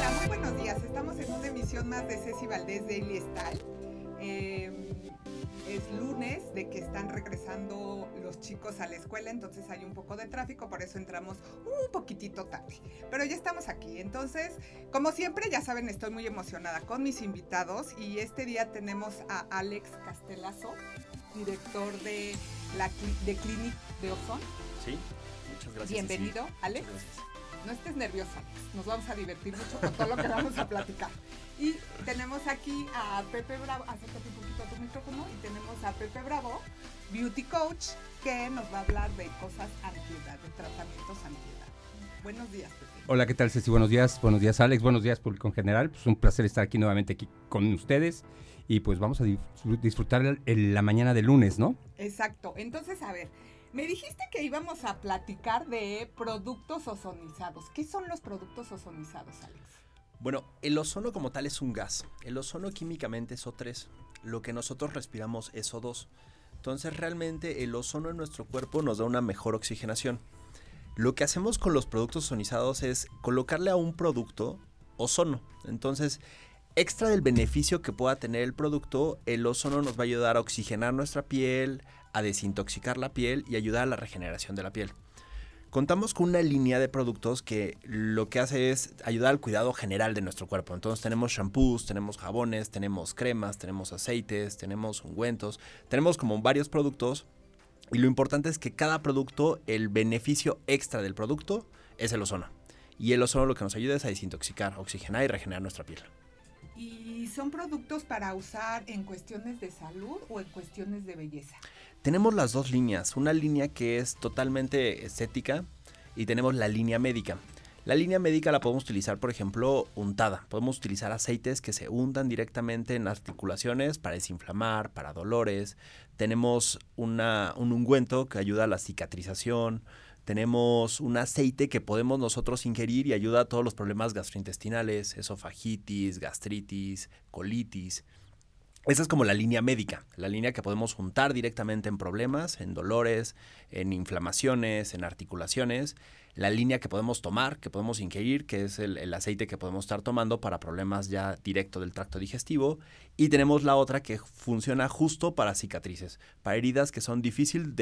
Hola, muy buenos días. Estamos en una emisión más de Ceci Valdés Daily Style. Es lunes de que están regresando los chicos a la escuela, entonces hay un poco de tráfico, por eso entramos un poquitito tarde. Pero ya estamos aquí. Entonces, como siempre, ya saben, estoy muy emocionada con mis invitados y este día tenemos a Alex Castelazo, director de Clinic de Ozón. Sí, muchas gracias. Bienvenido, Ceci. Alex. No estés nervioso, Alex. Nos vamos a divertir mucho con todo lo que vamos a platicar. Y tenemos aquí a Pepe Bravo, acércate un poquito a tu micrófono, y tenemos a Pepe Bravo, Beauty Coach, que nos va a hablar de cosas antiedad, de tratamientos antiedad. Buenos días, Pepe. Hola, ¿qué tal, Ceci? Buenos días, Alex, buenos días, público en general. Pues un placer estar aquí nuevamente aquí con ustedes y pues vamos a disfrutar la mañana de lunes, ¿no? Exacto. Entonces, a ver, me dijiste que íbamos a platicar de productos ozonizados. ¿Qué son los productos ozonizados, Alex? Bueno, el ozono como tal es un gas. El ozono químicamente es O3. Lo que nosotros respiramos es O2. Entonces realmente el ozono en nuestro cuerpo nos da una mejor oxigenación. Lo que hacemos con los productos ozonizados es colocarle a un producto ozono. Entonces, extra del beneficio que pueda tener el producto, el ozono nos va a ayudar a oxigenar nuestra piel, a desintoxicar la piel y ayudar a la regeneración de la piel. Contamos con una línea de productos que lo que hace es ayudar al cuidado general de nuestro cuerpo. Entonces tenemos shampoos, tenemos jabones, tenemos cremas, tenemos aceites, tenemos ungüentos, tenemos como varios productos. Y lo importante es que cada producto, el beneficio extra del producto es el ozono. Y el ozono lo que nos ayuda es a desintoxicar, oxigenar y regenerar nuestra piel. ¿Y son productos para usar en cuestiones de salud o en cuestiones de belleza? Tenemos las dos líneas, una línea que es totalmente estética y tenemos la línea médica. La línea médica la podemos utilizar, por ejemplo, untada. Podemos utilizar aceites que se untan directamente en articulaciones para desinflamar, para dolores. Tenemos un ungüento que ayuda a la cicatrización. Tenemos un aceite que podemos nosotros ingerir y ayuda a todos los problemas gastrointestinales, esofagitis, gastritis, colitis. Esa es como la línea médica, la línea que podemos untar directamente en problemas, en dolores, en inflamaciones, en articulaciones. La línea que podemos tomar, que podemos ingerir, que es el aceite que podemos estar tomando para problemas ya directo del tracto digestivo. Y tenemos la otra que funciona justo para cicatrices, para heridas que son difícil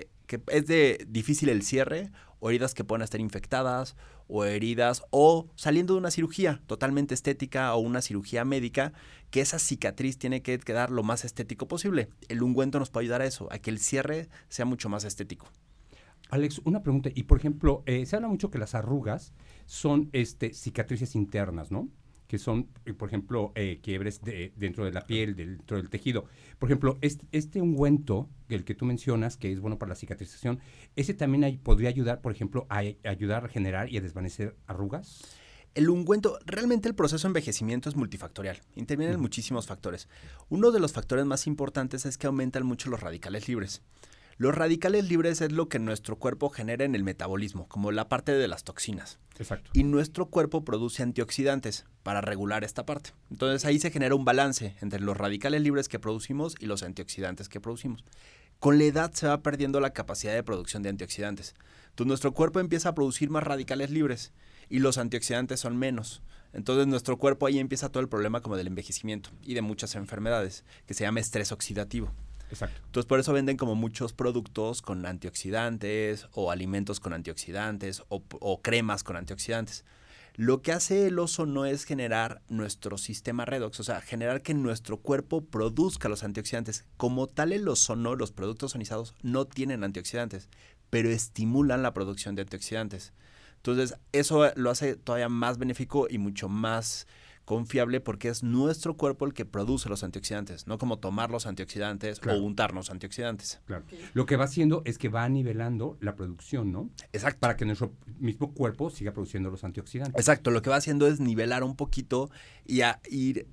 difícil el cierre, o heridas que pueden estar infectadas, o heridas, o saliendo de una cirugía totalmente estética o una cirugía médica, que esa cicatriz tiene que quedar lo más estético posible. El ungüento nos puede ayudar a eso, a que el cierre sea mucho más estético. Alex, una pregunta, y por ejemplo, se habla mucho que las arrugas son cicatrices internas, ¿no? Que son, por ejemplo, quiebres dentro de la piel, dentro del tejido. Por ejemplo, este ungüento, el que tú mencionas, que es bueno para la cicatrización, ¿ese también podría ayudar, por ejemplo, a ayudar a regenerar y a desvanecer arrugas? El ungüento, realmente el proceso de envejecimiento es multifactorial, intervienen muchísimos factores. Uno de los factores más importantes es que aumentan mucho los radicales libres. Los radicales libres es lo que nuestro cuerpo genera en el metabolismo, como la parte de las toxinas. Exacto. Y nuestro cuerpo produce antioxidantes para regular esta parte. Entonces ahí se genera un balance entre los radicales libres que producimos y los antioxidantes que producimos. Con la edad se va perdiendo la capacidad de producción de antioxidantes. Entonces nuestro cuerpo empieza a producir más radicales libres y los antioxidantes son menos. Entonces nuestro cuerpo ahí empieza todo el problema como del envejecimiento y de muchas enfermedades, que se llama estrés oxidativo. Exacto. Entonces por eso venden como muchos productos con antioxidantes o alimentos con antioxidantes o cremas con antioxidantes. Lo que hace el ozono es generar nuestro sistema redox, o sea, generar que nuestro cuerpo produzca los antioxidantes. Como tal, el ozono, los productos ozonizados no tienen antioxidantes, pero estimulan la producción de antioxidantes. Entonces eso lo hace todavía más benéfico y mucho más confiable porque es nuestro cuerpo el que produce los antioxidantes, no como tomar los antioxidantes Claro. o untarnos antioxidantes. Claro. Okay. Lo que va haciendo es que va nivelando la producción, ¿no? Exacto. Para que nuestro mismo cuerpo siga produciendo los antioxidantes. Exacto, lo que va haciendo es nivelar un poquito y ir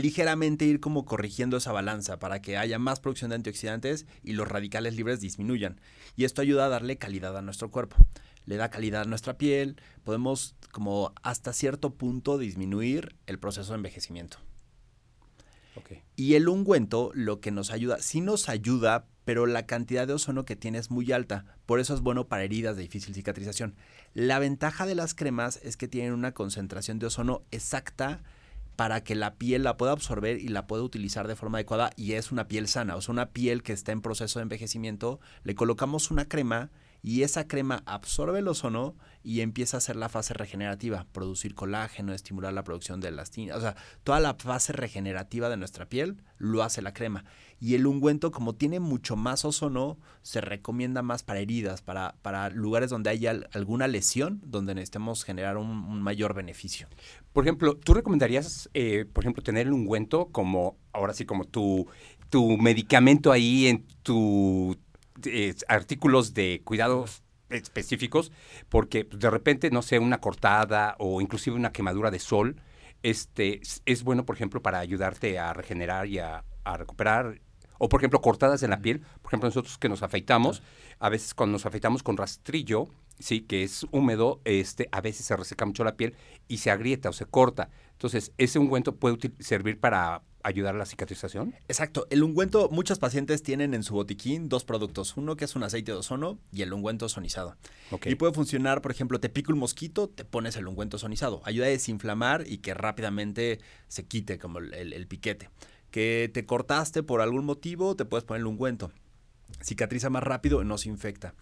como corrigiendo esa balanza para que haya más producción de antioxidantes y los radicales libres disminuyan. Y esto ayuda a darle calidad a nuestro cuerpo. Le da calidad a nuestra piel, podemos como hasta cierto punto disminuir el proceso de envejecimiento. Ok. Y el ungüento lo que nos ayuda, sí nos ayuda, pero la cantidad de ozono que tiene es muy alta. Por eso es bueno para heridas de difícil cicatrización. La ventaja de las cremas es que tienen una concentración de ozono exacta para que la piel la pueda absorber y la pueda utilizar de forma adecuada, y es una piel sana, o sea, una piel que está en proceso de envejecimiento. Le colocamos una crema y esa crema absorbe el ozono y empieza a hacer la fase regenerativa, producir colágeno, estimular la producción de elastina, o sea, toda la fase regenerativa de nuestra piel lo hace la crema. Y el ungüento, como tiene mucho más ozono, se recomienda más para heridas, para lugares donde haya alguna lesión, donde necesitemos generar un mayor beneficio. Por ejemplo, ¿tú recomendarías, por ejemplo, tener el ungüento como, ahora sí, como tu medicamento ahí en tu artículos de cuidados específicos? Porque de repente, no sé, una cortada o inclusive una quemadura de sol, es bueno, por ejemplo, para ayudarte a regenerar y a recuperar. O, por ejemplo, cortadas en la piel. Por ejemplo, nosotros que nos afeitamos, a veces cuando nos afeitamos con rastrillo, sí, que es húmedo, a veces se reseca mucho la piel y se agrieta o se corta. Entonces, ¿ese ungüento puede servir para ayudar a la cicatrización? Exacto. El ungüento, muchos pacientes tienen en su botiquín 2 productos. Uno que es un aceite de ozono y el ungüento ozonizado. Okay. Y puede funcionar, por ejemplo, te pica un mosquito, te pones el ungüento ozonizado. Ayuda a desinflamar y que rápidamente se quite como el piquete. Que te cortaste por algún motivo, te puedes poner el ungüento. Cicatriza más rápido y no se infecta.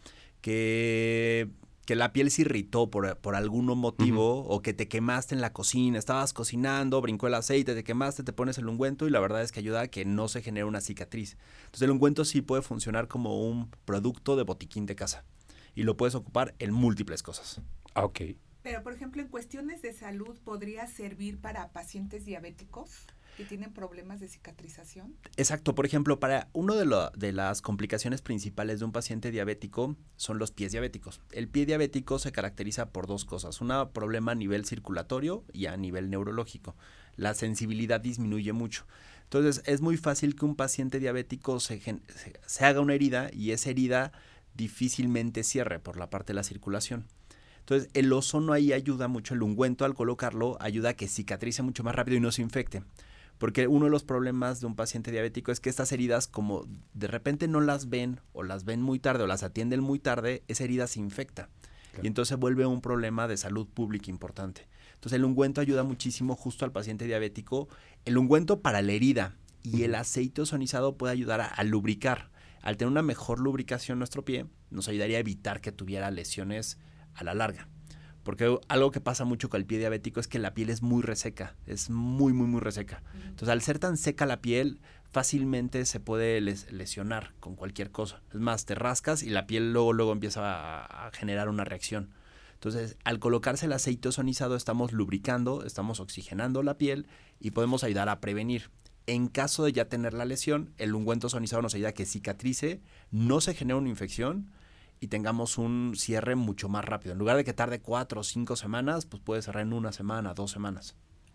Que la piel se irritó por algún motivo, o que te quemaste en la cocina, estabas cocinando, brincó el aceite, te quemaste, te pones el ungüento y la verdad es que ayuda a que no se genere una cicatriz. Entonces el ungüento sí puede funcionar como un producto de botiquín de casa y lo puedes ocupar en múltiples cosas. Ok. Pero, por ejemplo, en cuestiones de salud, ¿podría servir para pacientes diabéticos que tienen problemas de cicatrización? Exacto. Por ejemplo, para uno de las complicaciones principales de un paciente diabético son los pies diabéticos. El pie diabético se caracteriza por 2 cosas. Un problema a nivel circulatorio y a nivel neurológico. La sensibilidad disminuye mucho. Entonces, es muy fácil que un paciente diabético se haga una herida y esa herida difícilmente cierre por la parte de la circulación. Entonces, el ozono ahí ayuda mucho, el ungüento al colocarlo ayuda a que cicatrice mucho más rápido y no se infecte. Porque uno de los problemas de un paciente diabético es que estas heridas, como de repente no las ven o las ven muy tarde o las atienden muy tarde, esa herida se infecta. Claro. Y entonces vuelve un problema de salud pública importante. Entonces el ungüento ayuda muchísimo justo al paciente diabético. El ungüento para la herida y el aceite ozonizado puede ayudar a lubricar. Al tener una mejor lubricación nuestro pie, nos ayudaría a evitar que tuviera lesiones a la larga. Porque algo que pasa mucho con el pie diabético es que la piel es muy reseca, es muy, muy, muy reseca. Entonces, al ser tan seca la piel, fácilmente se puede lesionar con cualquier cosa. Es más, te rascas y la piel luego empieza a generar una reacción. Entonces, al colocarse el aceite ozonizado, estamos lubricando, estamos oxigenando la piel y podemos ayudar a prevenir. En caso de ya tener la lesión, el ungüento ozonizado nos ayuda a que cicatrice, no se genere una infección y tengamos un cierre mucho más rápido. En lugar de que tarde 4 o 5 semanas, pues puede cerrar en 1 semana, 2 semanas.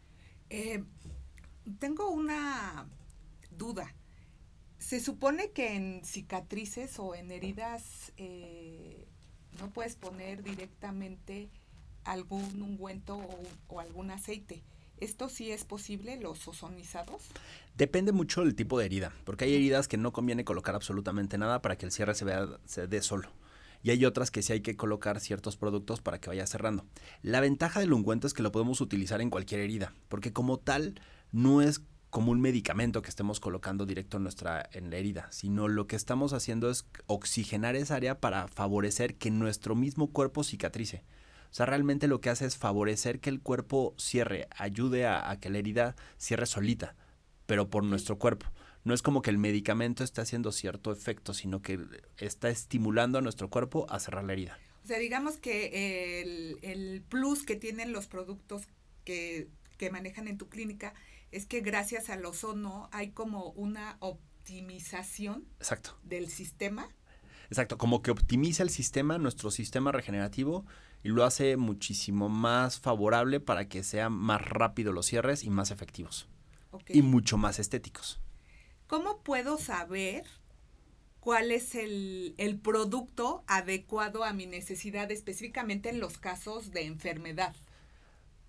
Tengo una duda. Se supone que en cicatrices o en heridas no puedes poner directamente algún ungüento o algún aceite. ¿Esto sí es posible, los ozonizados? Depende mucho del tipo de herida, porque hay heridas que no conviene colocar absolutamente nada para que el cierre se dé solo. Y hay otras que sí hay que colocar ciertos productos para que vaya cerrando. La ventaja del ungüento es que lo podemos utilizar en cualquier herida, porque como tal no es como un medicamento que estemos colocando directo en la herida, sino lo que estamos haciendo es oxigenar esa área para favorecer que nuestro mismo cuerpo cicatrice. O sea, realmente lo que hace es favorecer que el cuerpo cierre, ayude a que la herida cierre solita, pero por nuestro cuerpo. No es como que el medicamento esté haciendo cierto efecto, sino que está estimulando a nuestro cuerpo a cerrar la herida. O sea, digamos que el plus que tienen los productos que manejan en tu clínica es que gracias al ozono hay como una optimización Exacto. del sistema. Exacto, como que optimiza el sistema, nuestro sistema regenerativo, y lo hace muchísimo más favorable para que sean más rápido los cierres y más efectivos. Okay. Y mucho más estéticos. ¿Cómo puedo saber cuál es el producto adecuado a mi necesidad, específicamente en los casos de enfermedad?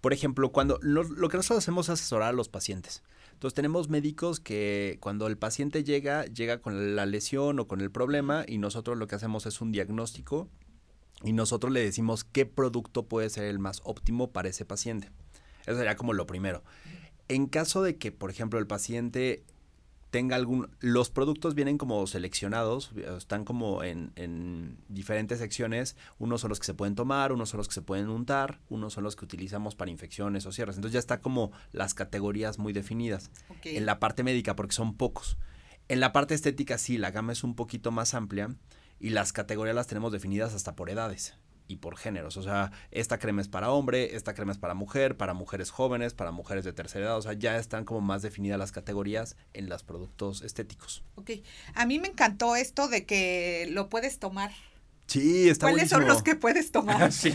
Por ejemplo, cuando lo que nosotros hacemos es asesorar a los pacientes. Entonces tenemos médicos que cuando el paciente llega con la lesión o con el problema y nosotros lo que hacemos es un diagnóstico y nosotros le decimos qué producto puede ser el más óptimo para ese paciente. Eso sería como lo primero. En caso de que, por ejemplo, el paciente tenga los productos vienen como seleccionados, están como en diferentes secciones. Unos son los que se pueden tomar, unos son los que se pueden untar, unos son los que utilizamos para infecciones o cierres. Entonces ya está como las categorías muy definidas. Okay. En la parte médica, porque son pocos. En la parte estética sí, la gama es un poquito más amplia y las categorías las tenemos definidas hasta por edades y por géneros. O sea, esta crema es para hombre, esta crema es para mujer, para mujeres jóvenes, para mujeres de tercera edad. O sea, ya están como más definidas las categorías en los productos estéticos. Ok. A mí me encantó esto de que lo puedes tomar. Sí, está ¿Cuáles buenísimo. son los que puedes tomar? Sí.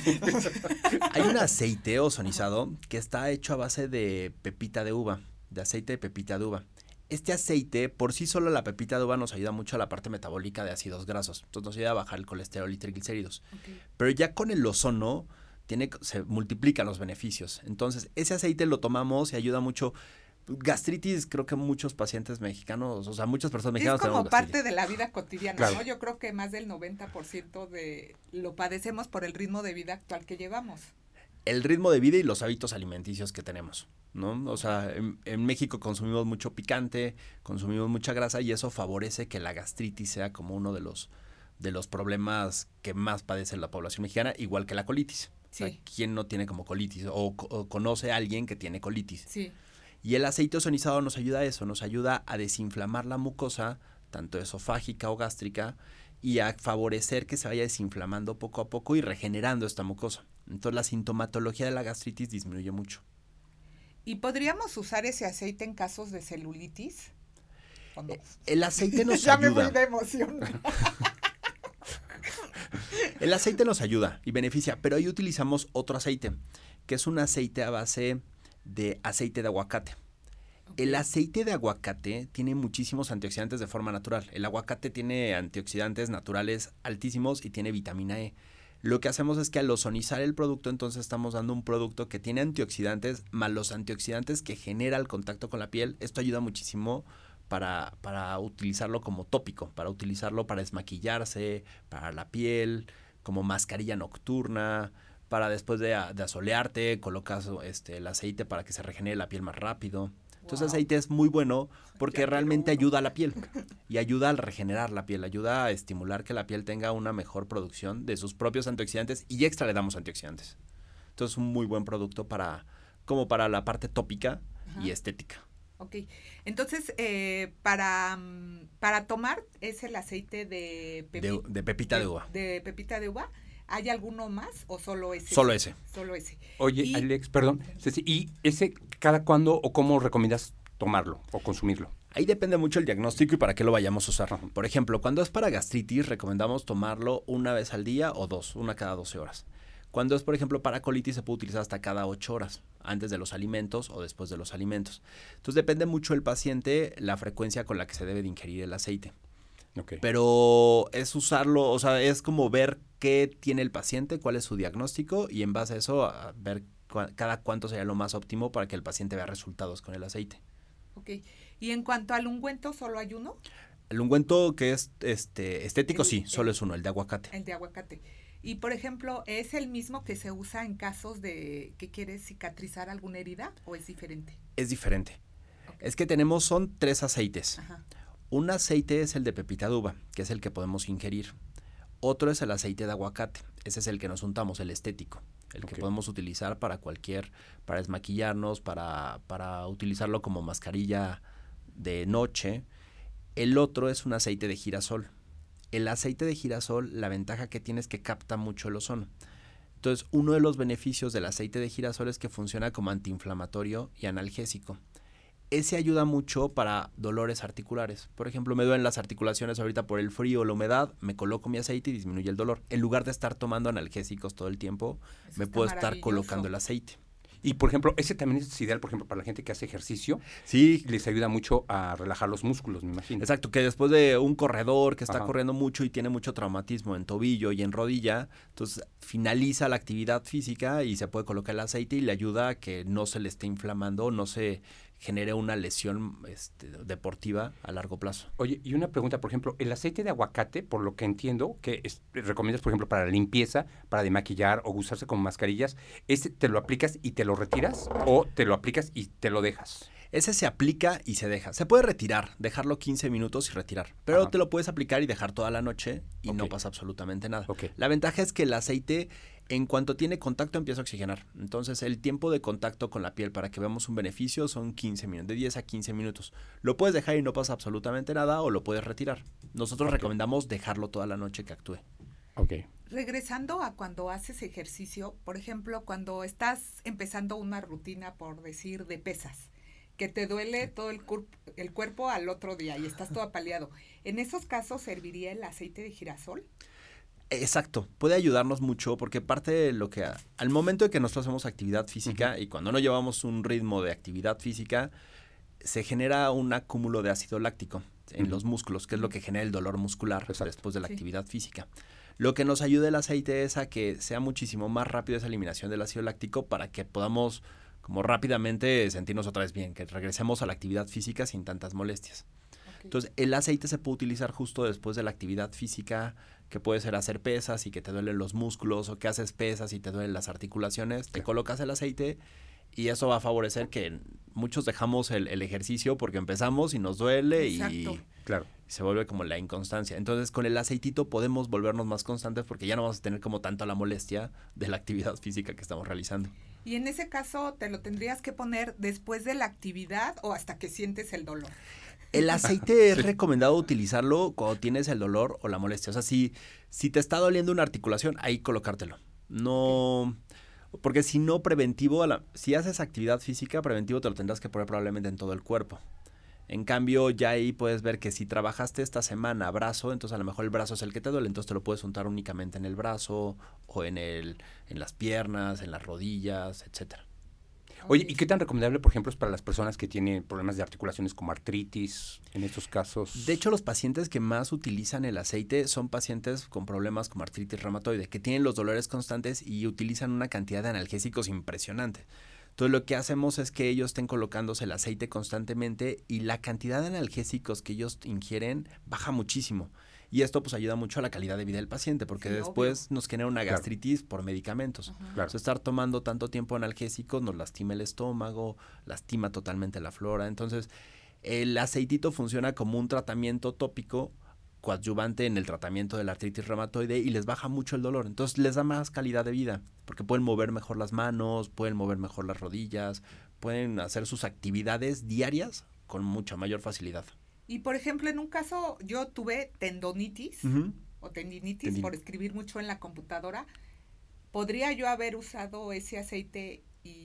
Hay un aceite ozonizado que está hecho a base de pepita de uva, de aceite de pepita de uva. Este aceite, por sí solo la pepita de uva nos ayuda mucho a la parte metabólica de ácidos grasos. Entonces nos ayuda a bajar el colesterol y triglicéridos. Okay. Pero ya con el ozono se multiplican los beneficios. Entonces ese aceite lo tomamos y ayuda mucho. Gastritis, creo que muchos pacientes mexicanos, o sea, muchas personas mexicanas es como tenemos parte gastritis. de la vida cotidiana, Claro. ¿no? Yo creo que más del 90% de lo padecemos por el ritmo de vida actual que llevamos. El ritmo de vida y los hábitos alimenticios que tenemos, ¿no? O sea, en México consumimos mucho picante, consumimos mucha grasa y eso favorece que la gastritis sea como uno de los problemas que más padece la población mexicana, igual que la colitis. Sí. O sea, ¿quién no tiene como colitis? O conoce a alguien que tiene colitis. Sí. Y el aceite ozonizado nos ayuda a eso, nos ayuda a desinflamar la mucosa, tanto esofágica o gástrica, y a favorecer que se vaya desinflamando poco a poco y regenerando esta mucosa. Entonces la sintomatología de la gastritis disminuye mucho. ¿Y podríamos usar ese aceite en casos de celulitis? ¿O no? El aceite nos Ya me ayuda. voy de emoción. El aceite nos ayuda y beneficia, pero ahí utilizamos otro aceite, que es un aceite a base de aceite de aguacate. Okay. El aceite de aguacate tiene muchísimos antioxidantes de forma natural. El aguacate tiene antioxidantes naturales altísimos y tiene vitamina E. Lo que hacemos es que al ozonizar el producto, entonces estamos dando un producto que tiene antioxidantes, más los antioxidantes que genera el contacto con la piel. Esto ayuda muchísimo para utilizarlo como tópico, para utilizarlo para desmaquillarse, para la piel, como mascarilla nocturna, para después de asolearte, colocas el aceite para que se regenere la piel más rápido. Entonces el aceite es muy bueno porque realmente ayuda a la piel y ayuda al regenerar la piel, ayuda a estimular que la piel tenga una mejor producción de sus propios antioxidantes y extra le damos antioxidantes. Entonces es un muy buen producto como para la parte tópica. Ajá. Y estética. Ok, entonces para tomar es el aceite de pepita de uva. De pepita de uva. ¿Hay alguno más o solo ese? Solo ese. Solo ese. Oye, Alex, perdón, Ceci, ¿y ese cada cuándo o cómo recomiendas tomarlo o consumirlo? Ahí depende mucho el diagnóstico y para qué lo vayamos a usar. Por ejemplo, cuando es para gastritis, recomendamos tomarlo una vez al día o una cada 12 horas. Cuando es, por ejemplo, para colitis, se puede utilizar hasta cada 8 horas, antes de los alimentos o después de los alimentos. Entonces, depende mucho del paciente la frecuencia con la que se debe de ingerir el aceite. Okay. Pero es usarlo, o sea, es como ver qué tiene el paciente, cuál es su diagnóstico y en base a eso a ver cada cuánto sería lo más óptimo para que el paciente vea resultados con el aceite. Ok. ¿Y en cuanto al ungüento, solo hay uno? El ungüento que es estético, sí, solo es uno, el de aguacate. El de aguacate. Y, por ejemplo, ¿es el mismo que se usa en casos de que quieres cicatrizar alguna herida o es diferente? Es diferente. Okay. Es que son 3 aceites. Ajá. Un aceite es el de pepita de uva, que es el que podemos ingerir. Otro es el aceite de aguacate, ese es el que nos untamos, el estético, el que podemos utilizar para desmaquillarnos, para utilizarlo como mascarilla de noche. El otro es un aceite de girasol. El aceite de girasol, la ventaja que tiene es que capta mucho el ozono. Entonces, uno de los beneficios del aceite de girasol es que funciona como antiinflamatorio y analgésico. Ese ayuda mucho para dolores articulares. Por ejemplo, me duelen las articulaciones ahorita por el frío o la humedad, me coloco mi aceite y disminuye el dolor. En lugar de estar tomando analgésicos todo el tiempo, me puedo estar colocando el aceite. Y, por ejemplo, ese también es ideal, por ejemplo, para la gente que hace ejercicio. Sí, Les ayuda mucho a relajar los músculos, me imagino. exacto, que después de un corredor que está Ajá. corriendo mucho y tiene mucho traumatismo en tobillo y en rodilla, entonces finaliza la actividad física y se puede colocar el aceite y le ayuda a que no se le esté inflamando, no se genere una lesión deportiva a largo plazo. Oye, y una pregunta, por ejemplo, el aceite de aguacate, por lo que entiendo, que recomiendas, por ejemplo, para la limpieza, para demaquillar o usarse como mascarillas, ¿ese te lo aplicas y te lo retiras o te lo aplicas y te lo dejas? Ese se aplica y se deja. Se puede retirar, dejarlo 15 minutos y retirar. Pero Ajá. te lo puedes aplicar y dejar toda la noche y no Ok. pasa absolutamente nada. Ok. La ventaja es que el aceite, en cuanto tiene contacto, empieza a oxigenar. Entonces, el tiempo de contacto con la piel para que veamos un beneficio son 15 minutos, de 10 a 15 minutos. Lo puedes dejar y no pasa absolutamente nada o lo puedes retirar. Nosotros Ok. recomendamos dejarlo toda la noche que actúe. Ok. Regresando a cuando haces ejercicio, por ejemplo, cuando estás empezando una rutina, por decir, de pesas, que te duele todo el cuerpo al otro día y estás todo apaleado. ¿En esos casos serviría el aceite de girasol? Exacto, puede ayudarnos mucho porque parte de lo que al momento de que nosotros hacemos actividad física y cuando no llevamos un ritmo de actividad física, se genera un acúmulo de ácido láctico en los músculos, que es lo que genera el dolor muscular Exacto. después de la Sí. actividad física. Lo que nos ayuda el aceite es a que sea muchísimo más rápido esa eliminación del ácido láctico para que podamos como rápidamente sentirnos otra vez bien, que regresemos a la actividad física sin tantas molestias. Ok. Entonces, el aceite se puede utilizar justo después de la actividad física, que puede ser hacer pesas y que te duelen los músculos, o que haces pesas y te duelen las articulaciones, te Claro. colocas el aceite y eso va a favorecer que muchos dejamos el ejercicio porque empezamos y nos duele Exacto. y Claro. se vuelve como la inconstancia. Entonces, con el aceitito podemos volvernos más constantes porque ya no vamos a tener como tanto la molestia de la actividad física que estamos realizando. Y en ese caso, ¿te lo tendrías que poner después de la actividad o hasta que sientes el dolor? El aceite es recomendado utilizarlo cuando tienes el dolor o la molestia. O sea, si te está doliendo una articulación, ahí colocártelo. No, porque si no preventivo, si haces actividad física, preventivo te lo tendrás que poner probablemente en todo el cuerpo. En cambio, ya ahí puedes ver que si trabajaste esta semana brazo, entonces a lo mejor el brazo es el que te duele, entonces te lo puedes untar únicamente en el brazo o en las piernas, en las rodillas, etcétera. Oye, Ok. ¿y qué tan recomendable, por ejemplo, es para las personas que tienen problemas de articulaciones como artritis, en estos casos? De hecho, los pacientes que más utilizan el aceite son pacientes con problemas como artritis reumatoide, que tienen los dolores constantes y utilizan una cantidad de analgésicos impresionante. Entonces, lo que hacemos es que ellos estén colocándose el aceite constantemente y la cantidad de analgésicos que ellos ingieren baja muchísimo. Y esto pues ayuda mucho a la calidad de vida del paciente, porque Sí, después nos genera una Claro. gastritis por medicamentos. Ajá. Claro. Entonces, estar tomando tanto tiempo analgésicos nos lastima el estómago, lastima totalmente la flora. Entonces, el aceitito funciona como un tratamiento tópico coadyuvante en el tratamiento de la artritis reumatoide y les baja mucho el dolor. Entonces, les da más calidad de vida, porque pueden mover mejor las manos, pueden mover mejor las rodillas, pueden hacer sus actividades diarias con mucha mayor facilidad. Y por ejemplo, en un caso yo tuve tendonitis o tendinitis por escribir mucho en la computadora. ¿Podría yo haber usado ese aceite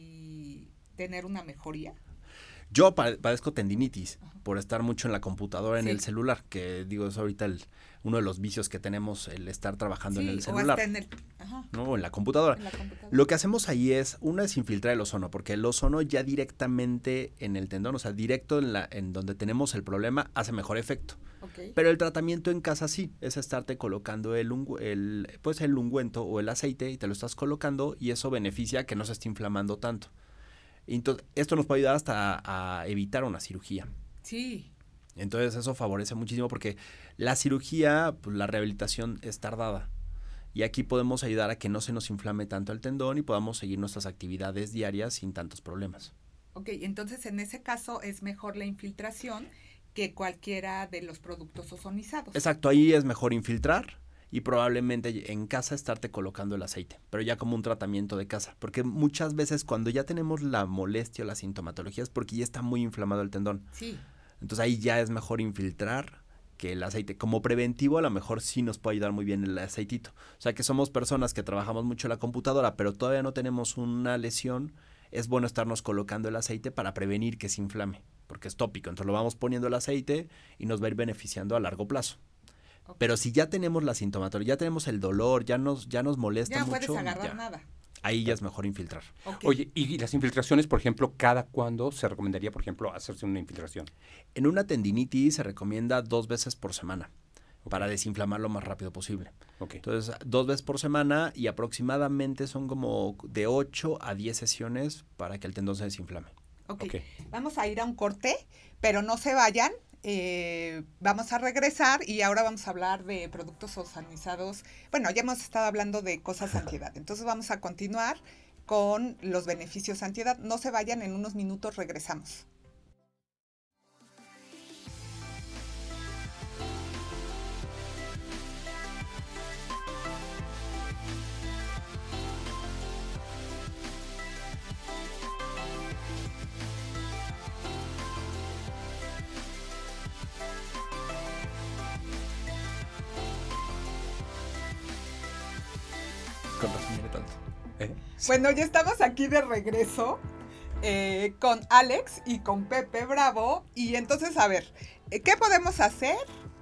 y tener una mejoría? Yo padezco tendinitis Ajá. por estar mucho en la computadora, en Sí. el celular, que digo, es ahorita uno de los vicios que tenemos, el estar trabajando en el o celular, hasta en el... Ajá, ¿no? O en la computadora. en la computadora. Lo que hacemos ahí es, una es infiltrar el ozono, porque el ozono ya directamente en el tendón, o sea, directo en donde tenemos el problema, hace mejor efecto. Ok. Pero el tratamiento en casa sí, es estarte colocando el ungüento o el aceite y te lo estás colocando y eso beneficia que no se esté inflamando tanto. Entonces, esto nos puede ayudar hasta a evitar una cirugía. Sí, Entonces eso favorece muchísimo porque la cirugía, pues la rehabilitación es tardada. Y aquí podemos ayudar a que no se nos inflame tanto el tendón y podamos seguir nuestras actividades diarias sin tantos problemas. ok. Entonces, en ese caso es mejor la infiltración que cualquiera de los productos ozonizados. Exacto, ahí es mejor infiltrar y probablemente en casa estarte colocando el aceite, pero ya como un tratamiento de casa. Porque muchas veces cuando ya tenemos la molestia o la sintomatología es porque ya está muy inflamado el tendón. Sí, Entonces ahí ya es mejor infiltrar que el aceite. Como preventivo a lo mejor sí nos puede ayudar muy bien el aceitito. O sea que somos personas que trabajamos mucho en la computadora, pero todavía no tenemos una lesión. Es bueno estarnos colocando el aceite para prevenir que se inflame, porque es tópico. Entonces lo vamos poniendo el aceite y nos va a ir beneficiando a largo plazo. ok. Pero si ya tenemos la sintomatología, ya tenemos el dolor, ya nos molesta Ya no mucho. puedes agarrar ya. nada. ahí ya es mejor infiltrar. Ok. Oye, y las infiltraciones, por ejemplo, ¿cada cuándo se recomendaría, por ejemplo, hacerse una infiltración? En una tendinitis se recomienda 2 veces por semana para desinflamar lo más rápido posible. Ok. Entonces, 2 veces por semana y aproximadamente son como de 8 a 10 sesiones para que el tendón se desinflame. Ok, Ok. vamos a ir a un corte, pero no se vayan. Vamos a regresar y ahora vamos a hablar de productos ozonizados. Bueno, ya hemos estado hablando de cosas antiedad, entonces vamos a continuar con los beneficios antiedad. No se vayan, en unos minutos regresamos. Con razón viene tanto. Bueno, ya estamos aquí de regreso con Alex y con Pepe Bravo. Y entonces, a ver, ¿qué podemos hacer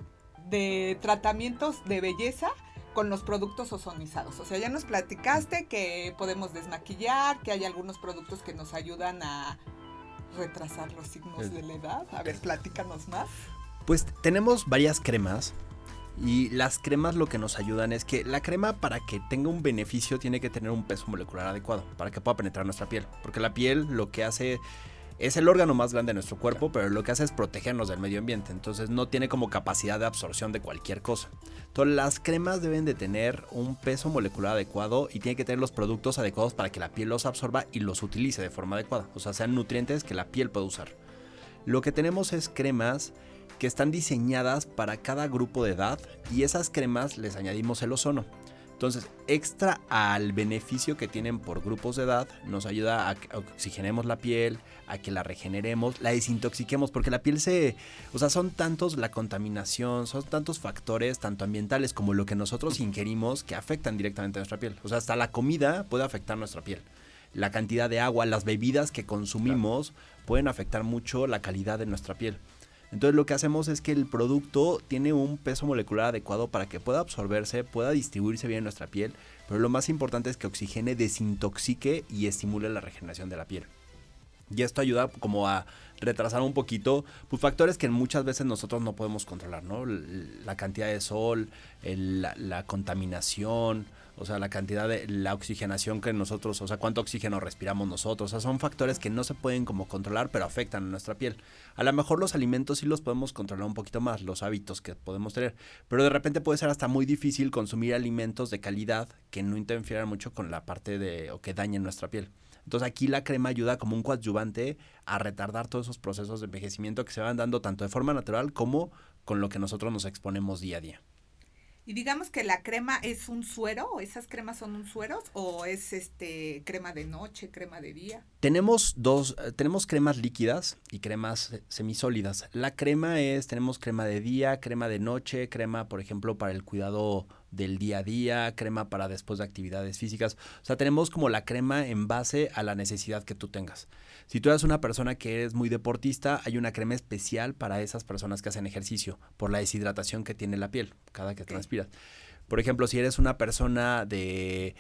de tratamientos de belleza con los productos ozonizados? O sea, ya nos platicaste que podemos desmaquillar, que hay algunos productos que nos ayudan a retrasar los signos de la edad. A ver, platícanos más. Pues tenemos varias cremas y las cremas lo que nos ayudan es que la crema, para que tenga un beneficio, tiene que tener un peso molecular adecuado para que pueda penetrar nuestra piel, porque la piel lo que hace es el órgano más grande de nuestro cuerpo, pero lo que hace es protegernos del medio ambiente, entonces no tiene como capacidad de absorción de cualquier cosa. Entonces las cremas deben de tener un peso molecular adecuado y tienen que tener los productos adecuados para que la piel los absorba y los utilice de forma adecuada, o sea, sean nutrientes que la piel pueda usar. Lo que tenemos es cremas que están diseñadas para cada grupo de edad y esas cremas les añadimos el ozono. Entonces, extra al beneficio que tienen por grupos de edad, nos ayuda a que oxigenemos la piel, a que la regeneremos, la desintoxiquemos, porque la piel o sea, son tantos la contaminación, son tantos factores, tanto ambientales como lo que nosotros ingerimos, que afectan directamente a nuestra piel. O sea, hasta la comida puede afectar nuestra piel. La cantidad de agua, las bebidas que consumimos pueden afectar mucho la calidad de nuestra piel. Entonces lo que hacemos es que el producto tiene un peso molecular adecuado para que pueda absorberse, pueda distribuirse bien en nuestra piel, pero lo más importante es que oxigene, desintoxique y estimule la regeneración de la piel. Y esto ayuda como a retrasar un poquito pues, factores que muchas veces nosotros no podemos controlar, ¿no? La cantidad de sol, la contaminación, o sea, la cantidad de la oxigenación que nosotros, o sea, cuánto oxígeno respiramos nosotros. O sea, son factores que no se pueden como controlar, pero afectan a nuestra piel. A lo mejor los alimentos sí los podemos controlar un poquito más, los hábitos que podemos tener. Pero de repente puede ser hasta muy difícil consumir alimentos de calidad que no interfieran mucho con la parte o que dañen nuestra piel. Entonces aquí la crema ayuda como un coadyuvante a retardar todos esos procesos de envejecimiento que se van dando tanto de forma natural como con lo que nosotros nos exponemos día a día. Y digamos que la crema es un suero, o esas cremas son un suero, o es crema de noche, crema de día. Tenemos cremas líquidas y cremas semisólidas. La crema tenemos crema de día, crema de noche, crema, por ejemplo, para el cuidado del día a día, crema para después de actividades físicas. O sea, tenemos como la crema en base a la necesidad que tú tengas. Si tú eres una persona que eres muy deportista, hay una crema especial para esas personas que hacen ejercicio, por la deshidratación que tiene la piel cada que transpiras. Por ejemplo, si eres una persona de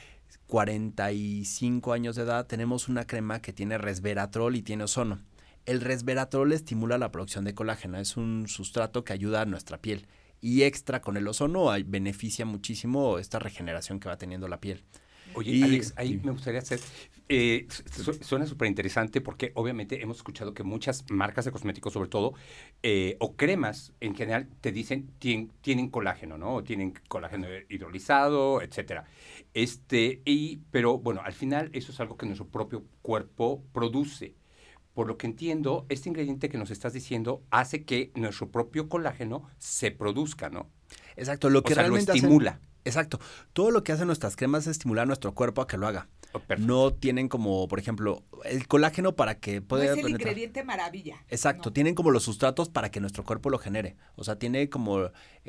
45 años de edad, tenemos una crema que tiene resveratrol y tiene ozono. El resveratrol estimula la producción de colágeno, es un sustrato que ayuda a nuestra piel. Y extra con el ozono beneficia muchísimo esta regeneración que va teniendo la piel. Oye, Alex, ahí me gustaría hacer, suena súper interesante porque obviamente hemos escuchado que muchas marcas de cosméticos sobre todo, o cremas en general, te dicen tienen colágeno, ¿no? O tienen colágeno hidrolizado, etcétera. Pero bueno, al final eso es algo que nuestro propio cuerpo produce. Por lo que entiendo, este ingrediente que nos estás diciendo hace que nuestro propio colágeno se produzca, ¿no? Exacto, lo que realmente lo estimula. Exacto. Todo lo que hacen nuestras cremas es estimular a nuestro cuerpo a que lo haga. No tienen como, por ejemplo, el colágeno para que pueda No es el ingrediente maravilla. Exacto. No. Tienen como los sustratos para que nuestro cuerpo lo genere. O sea, tiene como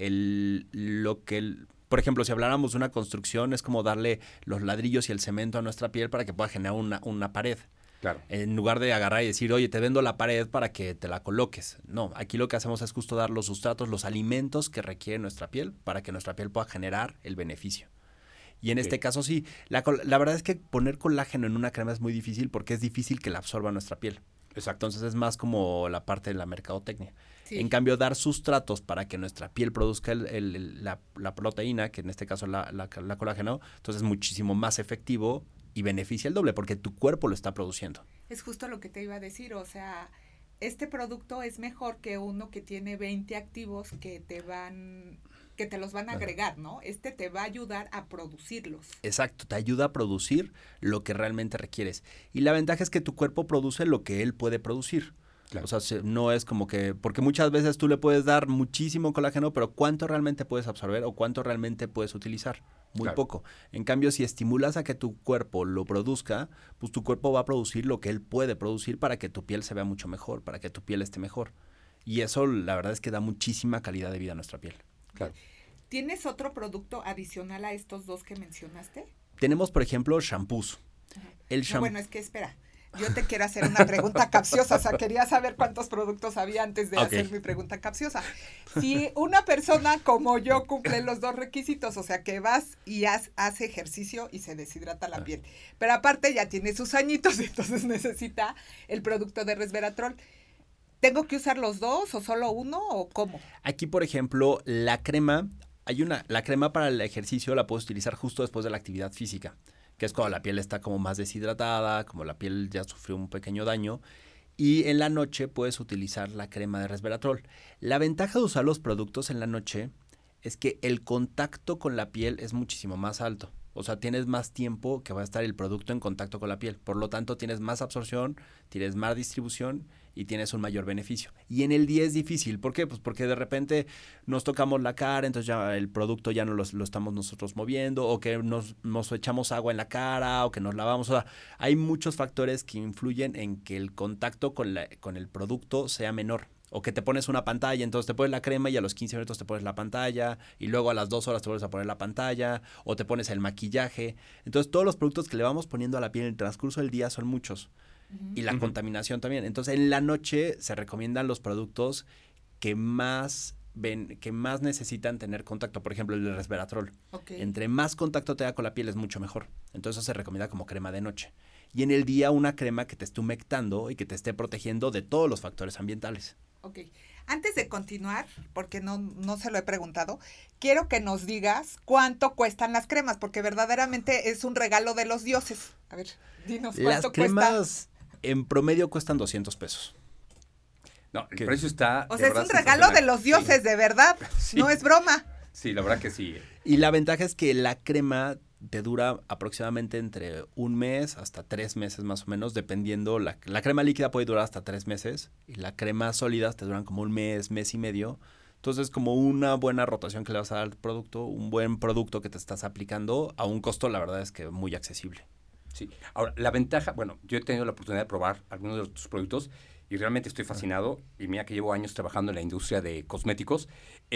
por ejemplo, si habláramos de una construcción, es como darle los ladrillos y el cemento a nuestra piel para que pueda generar una pared. Claro. En lugar de agarrar y decir, oye, te vendo la pared para que te la coloques. No, aquí lo que hacemos es justo dar los sustratos, los alimentos que requiere nuestra piel para que nuestra piel pueda generar el beneficio. Y en este caso sí. La verdad es que poner colágeno en una crema es muy difícil porque es difícil que la absorba nuestra piel. Exacto. Entonces es más como la parte de la mercadotecnia. Sí. En cambio, dar sustratos para que nuestra piel produzca la proteína, que en este caso la colágeno, entonces es muchísimo más efectivo y beneficia el doble porque tu cuerpo lo está produciendo. Es justo lo que te iba a decir, o sea, este producto es mejor que uno que tiene 20 activos que te los van a agregar, ¿no? Este te va a ayudar a producirlos. Exacto, te ayuda a producir lo que realmente requieres. Y la ventaja es que tu cuerpo produce lo que él puede producir. Claro. O sea, no es como que, porque muchas veces tú le puedes dar muchísimo colágeno, pero ¿cuánto realmente puedes absorber o cuánto realmente puedes utilizar? Muy poco. En cambio, si estimulas a que tu cuerpo lo produzca, pues tu cuerpo va a producir lo que él puede producir para que tu piel se vea mucho mejor, para que tu piel esté mejor. Y eso, la verdad es que da muchísima calidad de vida a nuestra piel. Claro. ¿Tienes otro producto adicional a estos dos que mencionaste? Tenemos, por ejemplo, shampoos. Bueno, es que espera. Yo te quiero hacer una pregunta capciosa, o sea, quería saber cuántos productos había antes de hacer mi pregunta capciosa. Si una persona como yo cumple los dos requisitos, o sea, que vas y hace ejercicio y se deshidrata la piel, pero aparte ya tiene sus añitos, entonces necesita el producto de resveratrol. ¿Tengo que usar los dos o solo uno o cómo? Aquí, por ejemplo, la crema para el ejercicio la puedes utilizar justo después de la actividad física, que es cuando la piel está como más deshidratada, como la piel ya sufrió un pequeño daño. Y en la noche puedes utilizar la crema de resveratrol. La ventaja de usar los productos en la noche es que el contacto con la piel es muchísimo más alto. O sea, tienes más tiempo que va a estar el producto en contacto con la piel. Por lo tanto, tienes más absorción, tienes más distribución y tienes un mayor beneficio. Y en el día es difícil. ¿Por qué? Pues porque de repente nos tocamos la cara, entonces ya el producto ya no lo estamos nosotros moviendo, o que nos echamos agua en la cara, o que nos lavamos. O sea, hay muchos factores que influyen en que el contacto con el producto sea menor. O que te pones una pantalla, entonces te pones la crema y a los 15 minutos te pones la pantalla y luego a las 2 horas te vuelves a poner la pantalla o te pones el maquillaje. Entonces todos los productos que le vamos poniendo a la piel en el transcurso del día son muchos. Y la contaminación también. Entonces en la noche se recomiendan los productos que más necesitan tener contacto. Por ejemplo, el resveratrol. Entre más contacto te da con la piel es mucho mejor. Entonces eso se recomienda como crema de noche. Y en el día una crema que te esté humectando y que te esté protegiendo de todos los factores ambientales. Ok. Antes de continuar, porque no se lo he preguntado, quiero que nos digas cuánto cuestan las cremas, porque verdaderamente es un regalo de los dioses. A ver, dinos cuánto cuesta. Las cremas en promedio cuestan 200 pesos. No, el precio está... O sea, es un regalo de los dioses, de verdad. Sí. No es broma. Sí, la verdad que sí. Y la ventaja es que la crema te dura aproximadamente entre 1 mes hasta 3 meses más o menos, dependiendo. La crema líquida puede durar hasta 3 meses y la crema sólida te duran como 1 mes, mes y medio. Entonces, como una buena rotación que le vas a dar al producto, un buen producto que te estás aplicando a un costo, la verdad es que muy accesible. Sí. Ahora, la ventaja, bueno, yo he tenido la oportunidad de probar algunos de tus productos y realmente estoy fascinado. Y mira que llevo años trabajando en la industria de cosméticos.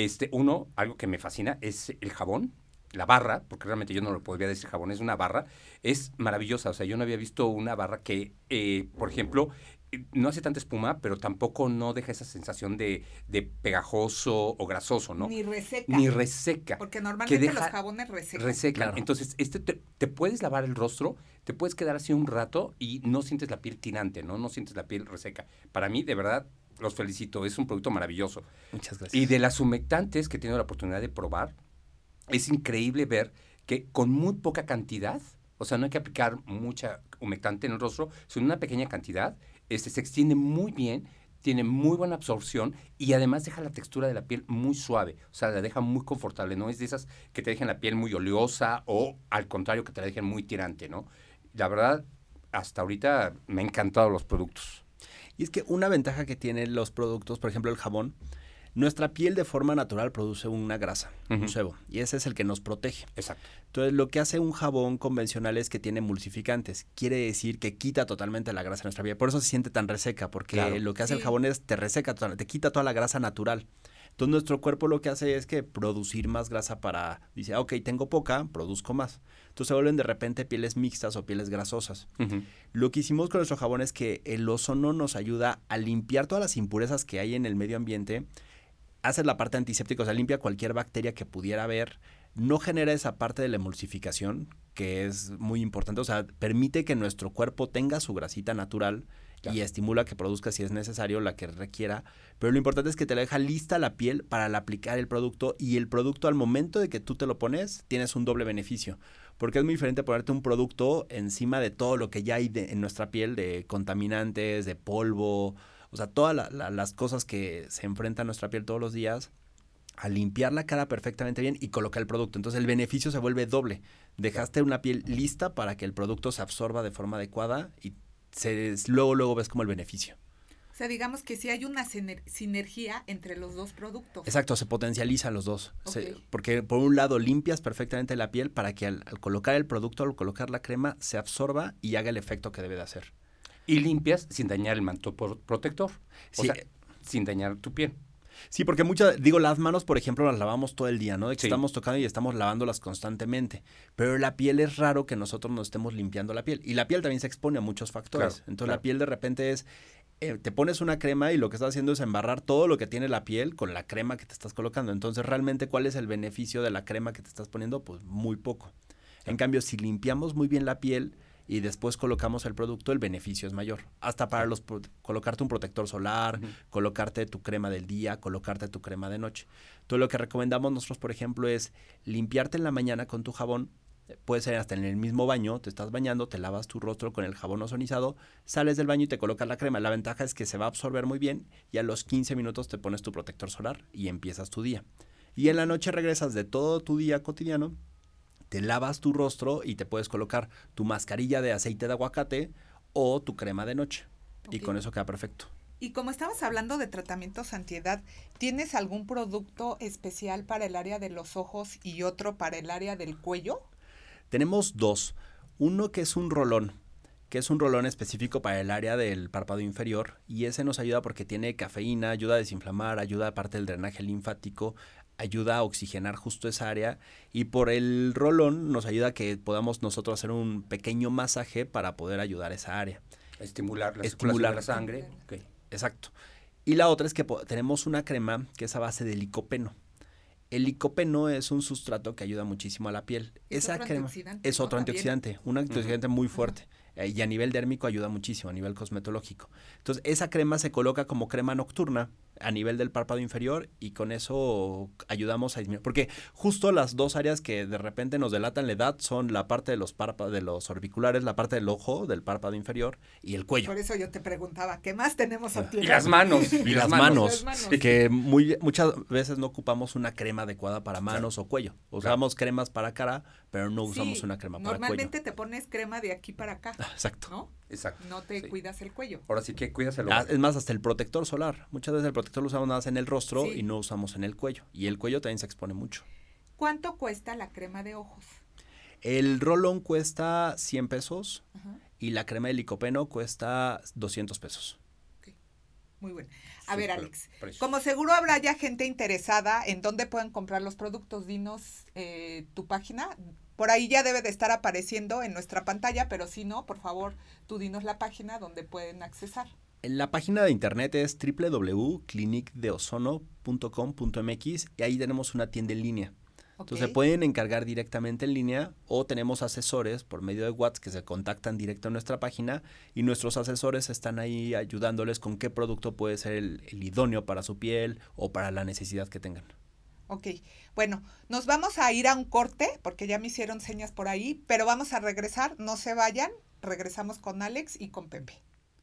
Algo que me fascina es el jabón. La barra, porque realmente yo no lo podría decir jabón, es una barra, es maravillosa. O sea, yo no había visto una barra que, por ejemplo, no hace tanta espuma, pero tampoco no deja esa sensación de pegajoso o grasoso, ¿no? Ni reseca. Ni reseca. Porque normalmente los jabones resecan. Resecan. Claro. Entonces, te puedes lavar el rostro, te puedes quedar así un rato y no sientes la piel tirante, ¿no? No sientes la piel reseca. Para mí, de verdad, los felicito. Es un producto maravilloso. Muchas gracias. Y de las humectantes que he tenido la oportunidad de probar, es increíble ver que con muy poca cantidad, o sea, no hay que aplicar mucha humectante en el rostro, sino una pequeña cantidad, se extiende muy bien, tiene muy buena absorción y además deja la textura de la piel muy suave, o sea, la deja muy confortable, no es de esas que te dejan la piel muy oleosa o al contrario que te la dejen muy tirante, ¿no? La verdad, hasta ahorita me han encantado los productos. Y es que una ventaja que tienen los productos, por ejemplo el jabón, nuestra piel de forma natural produce una grasa, un sebo, y ese es el que nos protege. Exacto. Entonces, lo que hace un jabón convencional es que tiene emulsificantes. Quiere decir que quita totalmente la grasa de nuestra piel. Por eso se siente tan reseca, porque lo que hace el jabón es te reseca, te quita toda la grasa natural. Entonces, nuestro cuerpo lo que hace es que producir más grasa dice, ok, tengo poca, produzco más. Entonces, se vuelven de repente pieles mixtas o pieles grasosas. Lo que hicimos con nuestro jabón es que el ozono nos ayuda a limpiar todas las impurezas que hay en el medio ambiente. Hace la parte antiséptica, o sea, limpia cualquier bacteria que pudiera haber, no genera esa parte de la emulsificación, que es muy importante. O sea, permite que nuestro cuerpo tenga su grasita natural y estimula que produzca, si es necesario, la que requiera. Pero lo importante es que te la deja lista la piel para aplicar el producto, y el producto, al momento de que tú te lo pones, tienes un doble beneficio. Porque es muy diferente ponerte un producto encima de todo lo que ya hay en nuestra piel, de contaminantes, de polvo, o sea, todas las cosas que se enfrentan a nuestra piel todos los días, a limpiar la cara perfectamente bien y colocar el producto. Entonces el beneficio se vuelve doble. Dejaste una piel lista para que el producto se absorba de forma adecuada y luego ves como el beneficio. O sea, digamos que sí hay una sinergia entre los dos productos. Exacto, se potencializan los dos. Okay. Porque por un lado limpias perfectamente la piel para que al colocar el producto, al colocar la crema, se absorba y haga el efecto que debe de hacer. Y limpias sin dañar el manto protector. O sea, sin dañar tu piel. Sí, porque las manos, por ejemplo, las lavamos todo el día, ¿no? De que estamos tocando y estamos lavándolas constantemente. Pero la piel, es raro que nosotros nos estemos limpiando la piel. Y la piel también se expone a muchos factores. Claro, entonces la piel de repente te pones una crema y lo que estás haciendo es embarrar todo lo que tiene la piel con la crema que te estás colocando. Entonces, realmente, ¿cuál es el beneficio de la crema que te estás poniendo? Pues muy poco. En cambio, si limpiamos muy bien la piel y después colocamos el producto, el beneficio es mayor. Hasta para colocarte un protector solar, colocarte tu crema del día, colocarte tu crema de noche. Entonces, lo que recomendamos nosotros, por ejemplo, es limpiarte en la mañana con tu jabón. Puede ser hasta en el mismo baño, te estás bañando, te lavas tu rostro con el jabón ozonizado, sales del baño y te colocas la crema. La ventaja es que se va a absorber muy bien y a los 15 minutos te pones tu protector solar y empiezas tu día. Y en la noche regresas de todo tu día cotidiano, te lavas tu rostro y te puedes colocar tu mascarilla de aceite de aguacate o tu crema de noche. Okay. Y con eso queda perfecto. Y como estabas hablando de tratamientos antiedad, ¿tienes algún producto especial para el área de los ojos y otro para el área del cuello? Tenemos dos. Uno que es un rolón específico para el área del párpado inferior, y ese nos ayuda porque tiene cafeína, ayuda a desinflamar, ayuda aparte del drenaje linfático, ayuda a oxigenar justo esa área, y por el rolón nos ayuda a que podamos nosotros hacer un pequeño masaje para poder ayudar a esa área. Estimular la circulación de la sangre. Okay. Exacto. Y la otra es que tenemos una crema que es a base de licopeno. El licopeno es un sustrato que ayuda muchísimo a la piel. Esa crema es otro antioxidante, un antioxidante muy fuerte. Y a nivel dérmico ayuda muchísimo, a nivel cosmetológico. Entonces, esa crema se coloca como crema nocturna a nivel del párpado inferior, y con eso ayudamos a disminuir. Porque justo las dos áreas que de repente nos delatan la edad son la parte de los párpados, de los orbiculares, la parte del ojo, del párpado inferior, y el cuello. Por eso yo te preguntaba, ¿qué más tenemos aquí? Y las manos. Y las manos. Que muchas veces no ocupamos una crema adecuada para manos o cuello. Usamos cremas para cara, pero no usamos una crema para cuello. Normalmente te pones crema de aquí para acá. Exacto. ¿No? Exacto. No te cuidas el cuello. Ahora sí que cuidas el ojo. Es más, hasta el protector solar. Muchas veces el protector lo usamos nada más en el rostro y no usamos en el cuello. Y el cuello también se expone mucho. ¿Cuánto cuesta la crema de ojos? El rolón cuesta 100 pesos y la crema de licopeno cuesta 200 pesos. Okay. Muy bueno. A ver, Alex, como seguro habrá ya gente interesada en dónde pueden comprar los productos, dinos tu página. Por ahí ya debe de estar apareciendo en nuestra pantalla, pero si no, por favor, tú dinos la página donde pueden accesar. La página de internet es www.clinicdeozono.com.mx y ahí tenemos una tienda en línea. Entonces se pueden encargar directamente en línea, o tenemos asesores por medio de WhatsApp que se contactan directo a nuestra página, y nuestros asesores están ahí ayudándoles con qué producto puede ser el idóneo para su piel o para la necesidad que tengan. Ok, bueno, nos vamos a ir a un corte porque ya me hicieron señas por ahí, pero vamos a regresar, no se vayan, regresamos con Alex y con Pepe.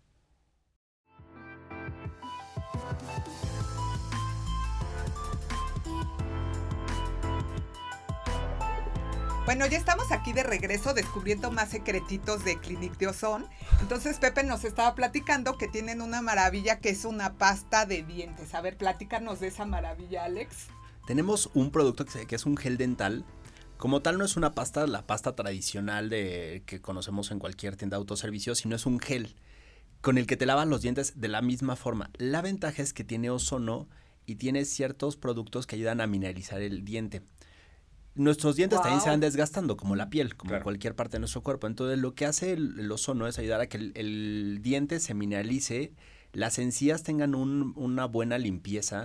Bueno, ya estamos aquí de regreso descubriendo más secretitos de Clinique de Ozón. Entonces Pepe nos estaba platicando que tienen una maravilla que es una pasta de dientes. A ver, platícanos de esa maravilla, Alex. Tenemos un producto que es un gel dental. Como tal, no es una pasta, la pasta tradicional que conocemos en cualquier tienda de autoservicio, sino es un gel con el que te lavas los dientes de la misma forma. La ventaja es que tiene ozono y tiene ciertos productos que ayudan a mineralizar el diente. Nuestros dientes también se van desgastando, como la piel, como cualquier parte de nuestro cuerpo. Entonces, lo que hace el ozono es ayudar a que el diente se mineralice, las encías tengan una buena limpieza,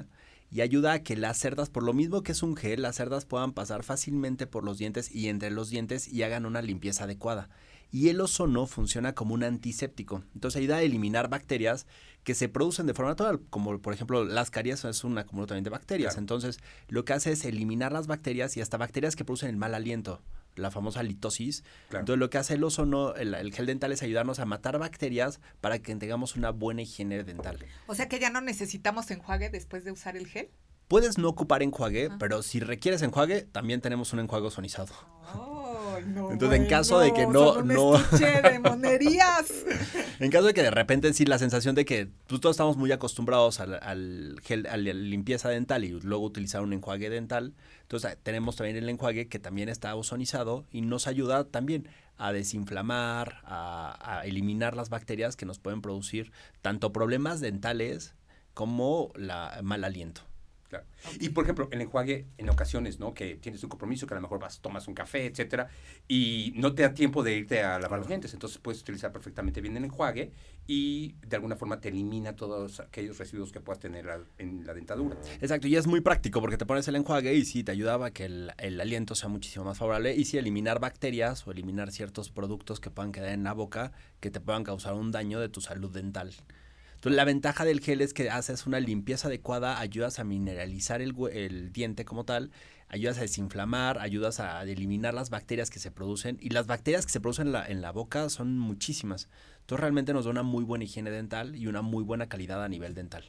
y ayuda a que las cerdas, por lo mismo que es un gel, las cerdas puedan pasar fácilmente por los dientes y entre los dientes y hagan una limpieza adecuada. Y el ozono funciona como un antiséptico, entonces ayuda a eliminar bacterias que se producen de forma natural, como por ejemplo las caries es un acúmulo también de bacterias. Claro. Entonces lo que hace es eliminar las bacterias y hasta bacterias que producen el mal aliento, la famosa litosis. Claro. Entonces lo que hace el ozono, el gel dental, es ayudarnos a matar bacterias para que tengamos una buena higiene dental. O sea que ya no necesitamos enjuague después de usar el gel. Puedes no ocupar enjuague, pero si requieres enjuague, también tenemos un enjuague ozonizado. No, entonces, en caso de que no estuche de monerías. En caso de que de repente sí la sensación de que pues, todos estamos muy acostumbrados al gel, a la limpieza dental y luego utilizar un enjuague dental, entonces tenemos también el enjuague que también está ozonizado y nos ayuda también a desinflamar, a eliminar las bacterias que nos pueden producir tanto problemas dentales como mal aliento. Claro. Okay. Y por ejemplo, el enjuague en ocasiones, ¿no? Que tienes un compromiso, que a lo mejor tomas un café, etcétera, y no te da tiempo de irte a lavar los dientes. Entonces puedes utilizar perfectamente bien el enjuague y de alguna forma te elimina todos aquellos residuos que puedas tener en la dentadura. Exacto, y es muy práctico porque te pones el enjuague y sí te ayudaba a que el aliento sea muchísimo más favorable y sí eliminar bacterias o eliminar ciertos productos que puedan quedar en la boca que te puedan causar un daño de tu salud dental. Entonces, la ventaja del gel es que haces una limpieza adecuada, ayudas a mineralizar el diente como tal, ayudas a desinflamar, ayudas a eliminar las bacterias que se producen. Y las bacterias que se producen en la boca son muchísimas. Entonces, realmente nos da una muy buena higiene dental y una muy buena calidad a nivel dental.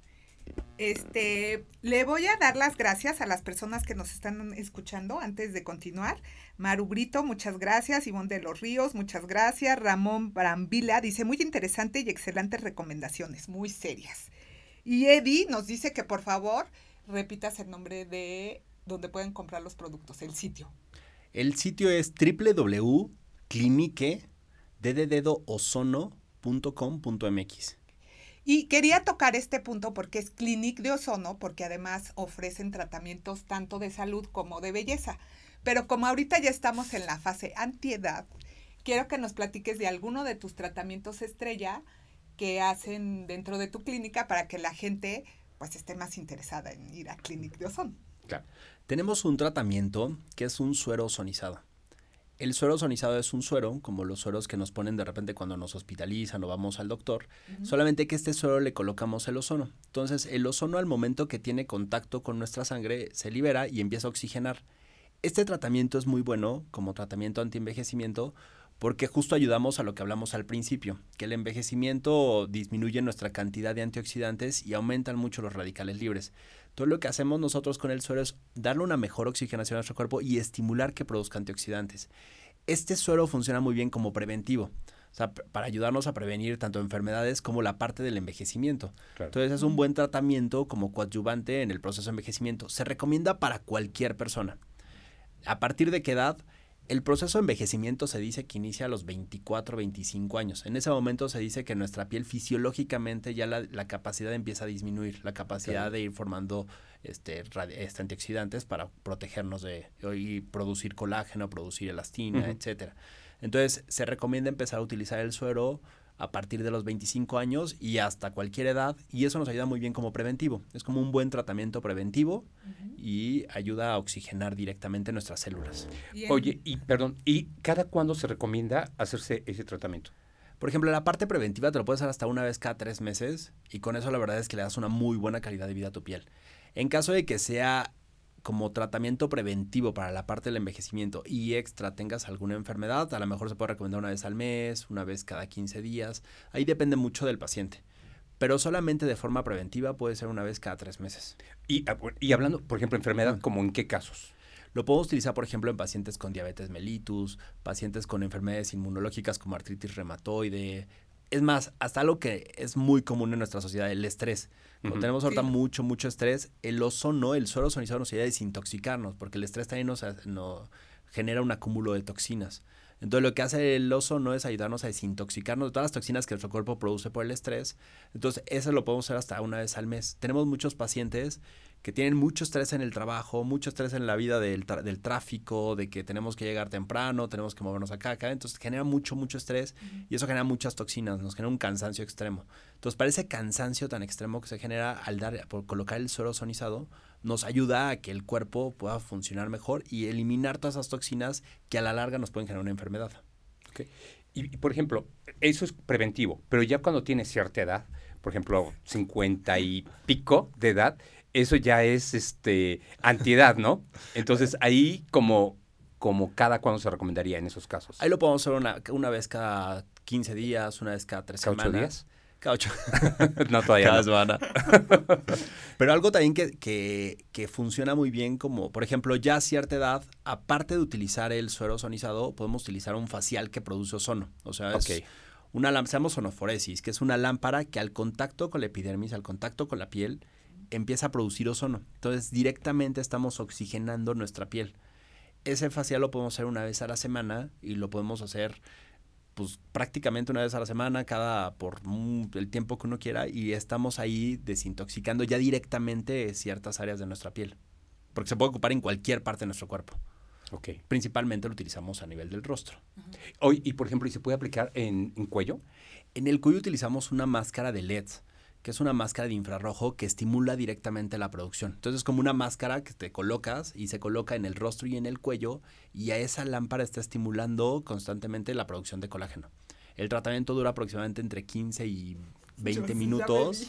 Le voy a dar las gracias a las personas que nos están escuchando antes de continuar. Maru Brito, muchas gracias. Ivonne de los Ríos, muchas gracias. Ramón Brambila dice, muy interesante y excelentes recomendaciones, muy serias. Y Eddie nos dice que por favor repitas el nombre de donde pueden comprar los productos, el sitio. El sitio es www.clinique.ozono.com.mx. Y quería tocar este punto porque es Clinique de Ozono, porque además ofrecen tratamientos tanto de salud como de belleza. Pero como ahorita ya estamos en la fase antiedad, quiero que nos platiques de alguno de tus tratamientos estrella que hacen dentro de tu clínica para que la gente pues esté más interesada en ir a Clinique de Ozono. Claro. Tenemos un tratamiento que es un suero ozonizado. El suero ozonizado es un suero, como los sueros que nos ponen de repente cuando nos hospitalizan o vamos al doctor, solamente que este suero le colocamos el ozono. Entonces, el ozono al momento que tiene contacto con nuestra sangre se libera y empieza a oxigenar. Este tratamiento es muy bueno como tratamiento antienvejecimiento porque justo ayudamos a lo que hablamos al principio, que el envejecimiento disminuye nuestra cantidad de antioxidantes y aumentan mucho los radicales libres. Todo lo que hacemos nosotros con el suero es darle una mejor oxigenación a nuestro cuerpo y estimular que produzca antioxidantes. Este suero funciona muy bien como preventivo, o sea, para ayudarnos a prevenir tanto enfermedades como la parte del envejecimiento. Claro. Entonces es un buen tratamiento como coadyuvante en el proceso de envejecimiento. Se recomienda para cualquier persona. ¿A partir de qué edad? El proceso de envejecimiento se dice que inicia a los 24, 25 años. En ese momento se dice que nuestra piel fisiológicamente ya la capacidad empieza a disminuir, la capacidad de ir formando antioxidantes para protegernos y producir colágeno, producir elastina, etcétera. Entonces se recomienda empezar a utilizar el suero a partir de los 25 años y hasta cualquier edad, y eso nos ayuda muy bien como preventivo. Es como un buen tratamiento preventivo y ayuda a oxigenar directamente nuestras células. Bien. Oye, ¿y cada cuándo se recomienda hacerse ese tratamiento? Por ejemplo, la parte preventiva te lo puedes hacer hasta una vez cada 3 meses y con eso la verdad es que le das una muy buena calidad de vida a tu piel. En caso de que sea como tratamiento preventivo para la parte del envejecimiento y extra tengas alguna enfermedad, a lo mejor se puede recomendar una vez al mes, una vez cada 15 días. Ahí depende mucho del paciente. Pero solamente de forma preventiva puede ser una vez cada 3 meses. Y hablando, por ejemplo, enfermedad, ¿como en qué casos? Lo podemos utilizar, por ejemplo, en pacientes con diabetes mellitus, pacientes con enfermedades inmunológicas como artritis reumatoide. Es más, hasta algo que es muy común en nuestra sociedad, el estrés. Cuando tenemos ahorita mucho estrés, el ozono, el suero ozonizado nos ayuda a desintoxicarnos, porque el estrés también nos genera un acúmulo de toxinas. Entonces lo que hace el ozono es ayudarnos a desintoxicarnos de todas las toxinas que nuestro cuerpo produce por el estrés. Entonces eso lo podemos hacer hasta una vez al mes. Tenemos muchos pacientes que tienen mucho estrés en el trabajo, mucho estrés en la vida del tráfico, de que tenemos que llegar temprano, tenemos que movernos acá, entonces genera mucho estrés y eso genera muchas toxinas, nos genera un cansancio extremo. Entonces, para ese cansancio tan extremo que se genera por colocar el suero ozonizado, nos ayuda a que el cuerpo pueda funcionar mejor y eliminar todas esas toxinas que a la larga nos pueden generar una enfermedad. Okay. Y, por ejemplo, eso es preventivo, pero ya cuando tienes cierta edad, por ejemplo, 50 y pico de edad, eso ya es antiedad, ¿no? Entonces, ahí como cada cuándo se recomendaría en esos casos. Ahí lo podemos hacer una vez cada 15 días, una vez cada 3 semanas. ¿Cada 8 días? Cada 8. No, todavía cada no. semana. Pero algo también que funciona muy bien, como por ejemplo, ya a cierta edad, aparte de utilizar el suero ozonizado, podemos utilizar un facial que produce ozono. O sea, es una lámpara, se llama ozonoforesis, que es una lámpara que al contacto con la epidermis, al contacto con la piel, empieza a producir ozono. Entonces, directamente estamos oxigenando nuestra piel. Ese facial lo podemos hacer una vez a la semana y lo podemos hacer pues prácticamente una vez a la semana, por el tiempo que uno quiera, y estamos ahí desintoxicando ya directamente ciertas áreas de nuestra piel. Porque se puede ocupar en cualquier parte de nuestro cuerpo. Okay. Principalmente lo utilizamos a nivel del rostro. Hoy, y por ejemplo, ¿y se puede aplicar en cuello? En el cuello utilizamos una máscara de LED, que es una máscara de infrarrojo que estimula directamente la producción. Entonces es como una máscara que te colocas y se coloca en el rostro y en el cuello y a esa lámpara está estimulando constantemente la producción de colágeno. El tratamiento dura aproximadamente entre 15 y 20 minutos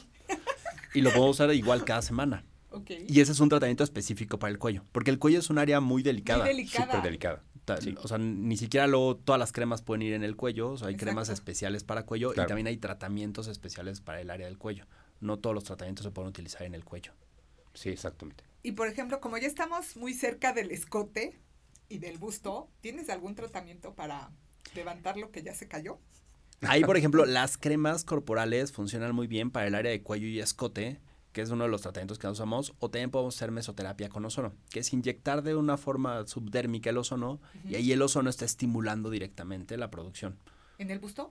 y lo podemos usar igual cada semana. Okay. Y ese es un tratamiento específico para el cuello, porque el cuello es un área muy delicada. Muy delicada. Súper delicada. Sí. O sea, ni siquiera todas las cremas pueden ir en el cuello, o sea, hay cremas especiales para cuello y también hay tratamientos especiales para el área del cuello. No todos los tratamientos se pueden utilizar en el cuello. Sí, exactamente. Y por ejemplo, como ya estamos muy cerca del escote y del busto, ¿tienes algún tratamiento para levantar lo que ya se cayó? Ahí, por ejemplo, las cremas corporales funcionan muy bien para el área de cuello y escote, que es uno de los tratamientos que usamos, o también podemos hacer mesoterapia con ozono, que es inyectar de una forma subdérmica el ozono y ahí el ozono está estimulando directamente la producción. ¿En el busto?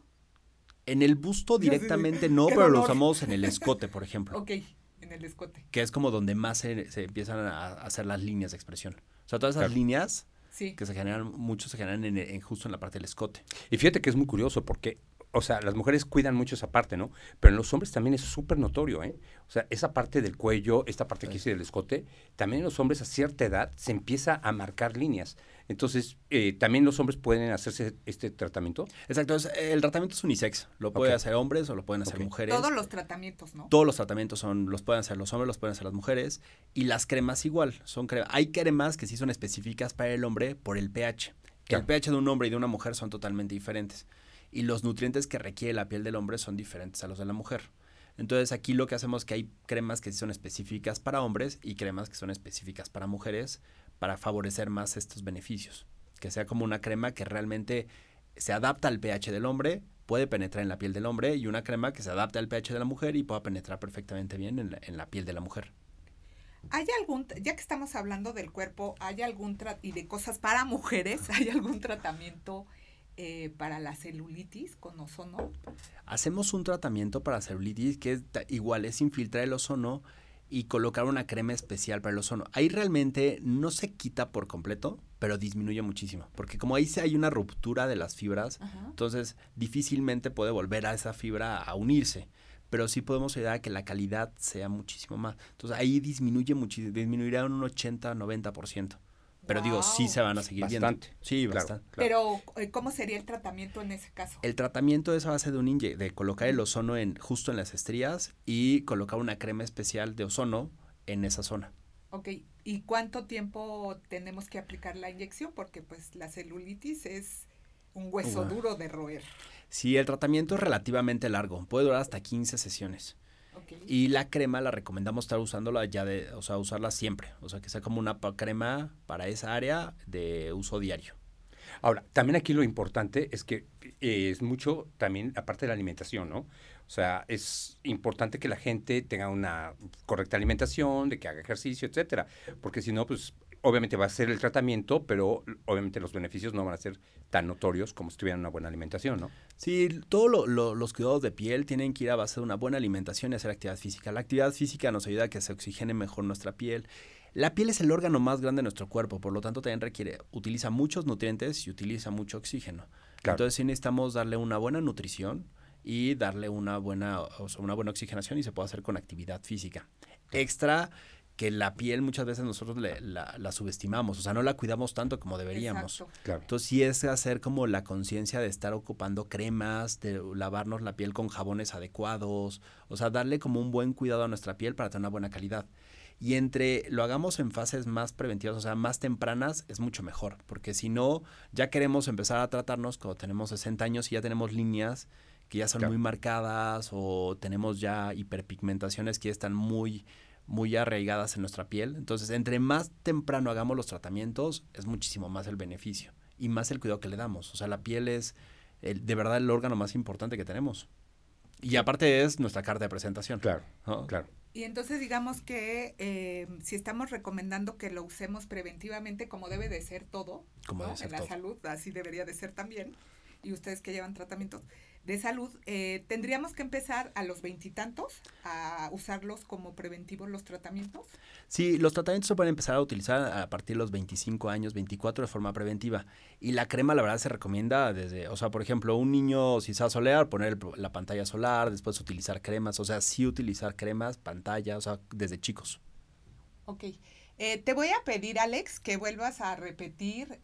En el busto directamente no, pero lo usamos en el escote, por ejemplo. Ok, en el escote. Que es como donde más se empiezan a hacer las líneas de expresión. O sea, todas esas líneas que se generan, muchos se generan justo en la parte del escote. Y fíjate que es muy curioso porque, o sea, las mujeres cuidan mucho esa parte, ¿no? Pero en los hombres también es súper notorio, ¿eh? O sea, esa parte del cuello, esta parte que dice del escote, también en los hombres a cierta edad se empieza a marcar líneas. Entonces, ¿también los hombres pueden hacerse este tratamiento? Exacto, el tratamiento es unisex. Lo pueden hacer hombres o lo pueden hacer mujeres. Todos los tratamientos, ¿no? Todos los tratamientos los pueden hacer los hombres, los pueden hacer las mujeres. Y las cremas igual. Hay cremas que sí son específicas para el hombre por el pH. El pH de un hombre y de una mujer son totalmente diferentes. Y los nutrientes que requiere la piel del hombre son diferentes a los de la mujer. Entonces aquí lo que hacemos es que hay cremas que sí son específicas para hombres y cremas que son específicas para mujeres para favorecer más estos beneficios. Que sea como una crema que realmente se adapta al pH del hombre, puede penetrar en la piel del hombre, y una crema que se adapte al pH de la mujer y pueda penetrar perfectamente bien en la piel de la mujer. ¿Hay ya que estamos hablando del cuerpo, y de cosas para mujeres, hay algún tratamiento para la celulitis con ozono? Hacemos un tratamiento para celulitis que igual es infiltrar el ozono y colocar una crema especial para el ozono. Ahí realmente no se quita por completo, pero disminuye muchísimo. Porque como ahí hay una ruptura de las fibras, entonces difícilmente puede volver a esa fibra a unirse. Pero sí podemos ayudar a que la calidad sea muchísimo más. Entonces ahí disminuirá un 80-90%. Pero digo, sí se van a seguir viendo. Sí, bastante. Pero, ¿cómo sería el tratamiento en ese caso? El tratamiento es a base de colocar el ozono justo en las estrías y colocar una crema especial de ozono en esa zona. Ok, ¿y cuánto tiempo tenemos que aplicar la inyección? Porque pues la celulitis es un hueso duro de roer. Sí, el tratamiento es relativamente largo, puede durar hasta 15 sesiones. Okay. Y la crema la recomendamos estar usándola usarla siempre. O sea, que sea como una crema para esa área de uso diario. Ahora, también aquí lo importante es que es mucho también aparte de la alimentación, ¿no? O sea, es importante que la gente tenga una correcta alimentación, de que haga ejercicio, etcétera. Porque si no, pues obviamente va a ser el tratamiento, pero obviamente los beneficios no van a ser tan notorios como si tuvieran una buena alimentación, ¿no? Sí, todos los cuidados de piel tienen que ir a base de una buena alimentación y hacer actividad física. La actividad física nos ayuda a que se oxigene mejor nuestra piel. La piel es el órgano más grande de nuestro cuerpo, por lo tanto también utiliza muchos nutrientes y utiliza mucho oxígeno. Claro. Entonces sí necesitamos darle una buena nutrición y darle una buena oxigenación y se puede hacer con actividad física. Extra que la piel muchas veces nosotros la subestimamos, o sea, no la cuidamos tanto como deberíamos. Exacto. Claro. Entonces sí es hacer como la conciencia de estar ocupando cremas, de lavarnos la piel con jabones adecuados, o sea, darle como un buen cuidado a nuestra piel para tener una buena calidad. Y entre lo hagamos en fases más preventivas, o sea, más tempranas, es mucho mejor, porque si no, ya queremos empezar a tratarnos cuando tenemos 60 años y ya tenemos líneas que ya son Claro. muy marcadas o tenemos ya hiperpigmentaciones que ya están muy arraigadas en nuestra piel. Entonces, entre más temprano hagamos los tratamientos, es muchísimo más el beneficio y más el cuidado que le damos. O sea, la piel es de verdad el órgano más importante que tenemos. Y aparte es nuestra carta de presentación. Claro, ¿no? claro. Y entonces digamos que si estamos recomendando que lo usemos preventivamente, como debe de ser todo, Como ¿no? debe ser En la todo. salud, así debería de ser también. Y ustedes que llevan tratamientos de salud, tendríamos que empezar a los 20 y tantos a usarlos como preventivos los tratamientos. Sí, los tratamientos se pueden empezar a utilizar a partir de los 25 años, 24 de forma preventiva. Y la crema, la verdad, se recomienda desde, o sea, por ejemplo, un niño si se va a solear, poner la pantalla solar, después utilizar cremas, o sea, sí utilizar cremas, pantalla, o sea, desde chicos. Ok. Te voy a pedir, Alex, que vuelvas a repetir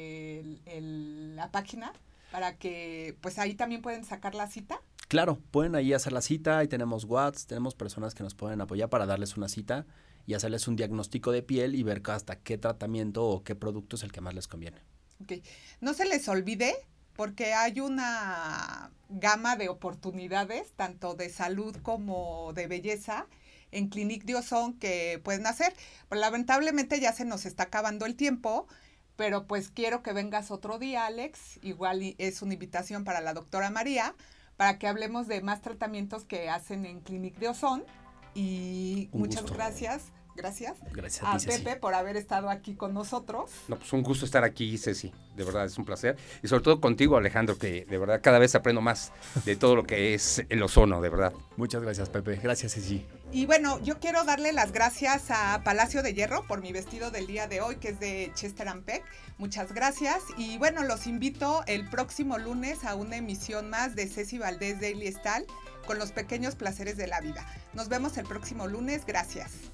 la página para que, pues ahí también pueden sacar la cita. Claro, pueden ahí hacer la cita, ahí tenemos WhatsApp, tenemos personas que nos pueden apoyar para darles una cita y hacerles un diagnóstico de piel y ver hasta qué tratamiento o qué producto es el que más les conviene. Ok. No se les olvide, porque hay una gama de oportunidades, tanto de salud como de belleza, en Clinique d'Ozon que pueden hacer. Pero lamentablemente ya se nos está acabando el tiempo, pero pues quiero que vengas otro día, Alex. Igual es una invitación para la doctora María, para que hablemos de más tratamientos que hacen en Clinique d'Ozon. Y Un muchas gusto. gracias Gracias a a ti, Ceci. Pepe por haber estado aquí con nosotros. No, pues un gusto estar aquí, Ceci. De verdad, es un placer. Y sobre todo contigo, Alejandro, que de verdad cada vez aprendo más de todo lo que es el ozono, de verdad. Muchas gracias, Pepe. Gracias, Ceci. Y bueno, yo quiero darle las gracias a Palacio de Hierro por mi vestido del día de hoy, que es de Chester & Peck. Muchas gracias. Y bueno, los invito el próximo lunes a una emisión más de Ceci Valdés Daily Style con los pequeños placeres de la vida. Nos vemos el próximo lunes. Gracias.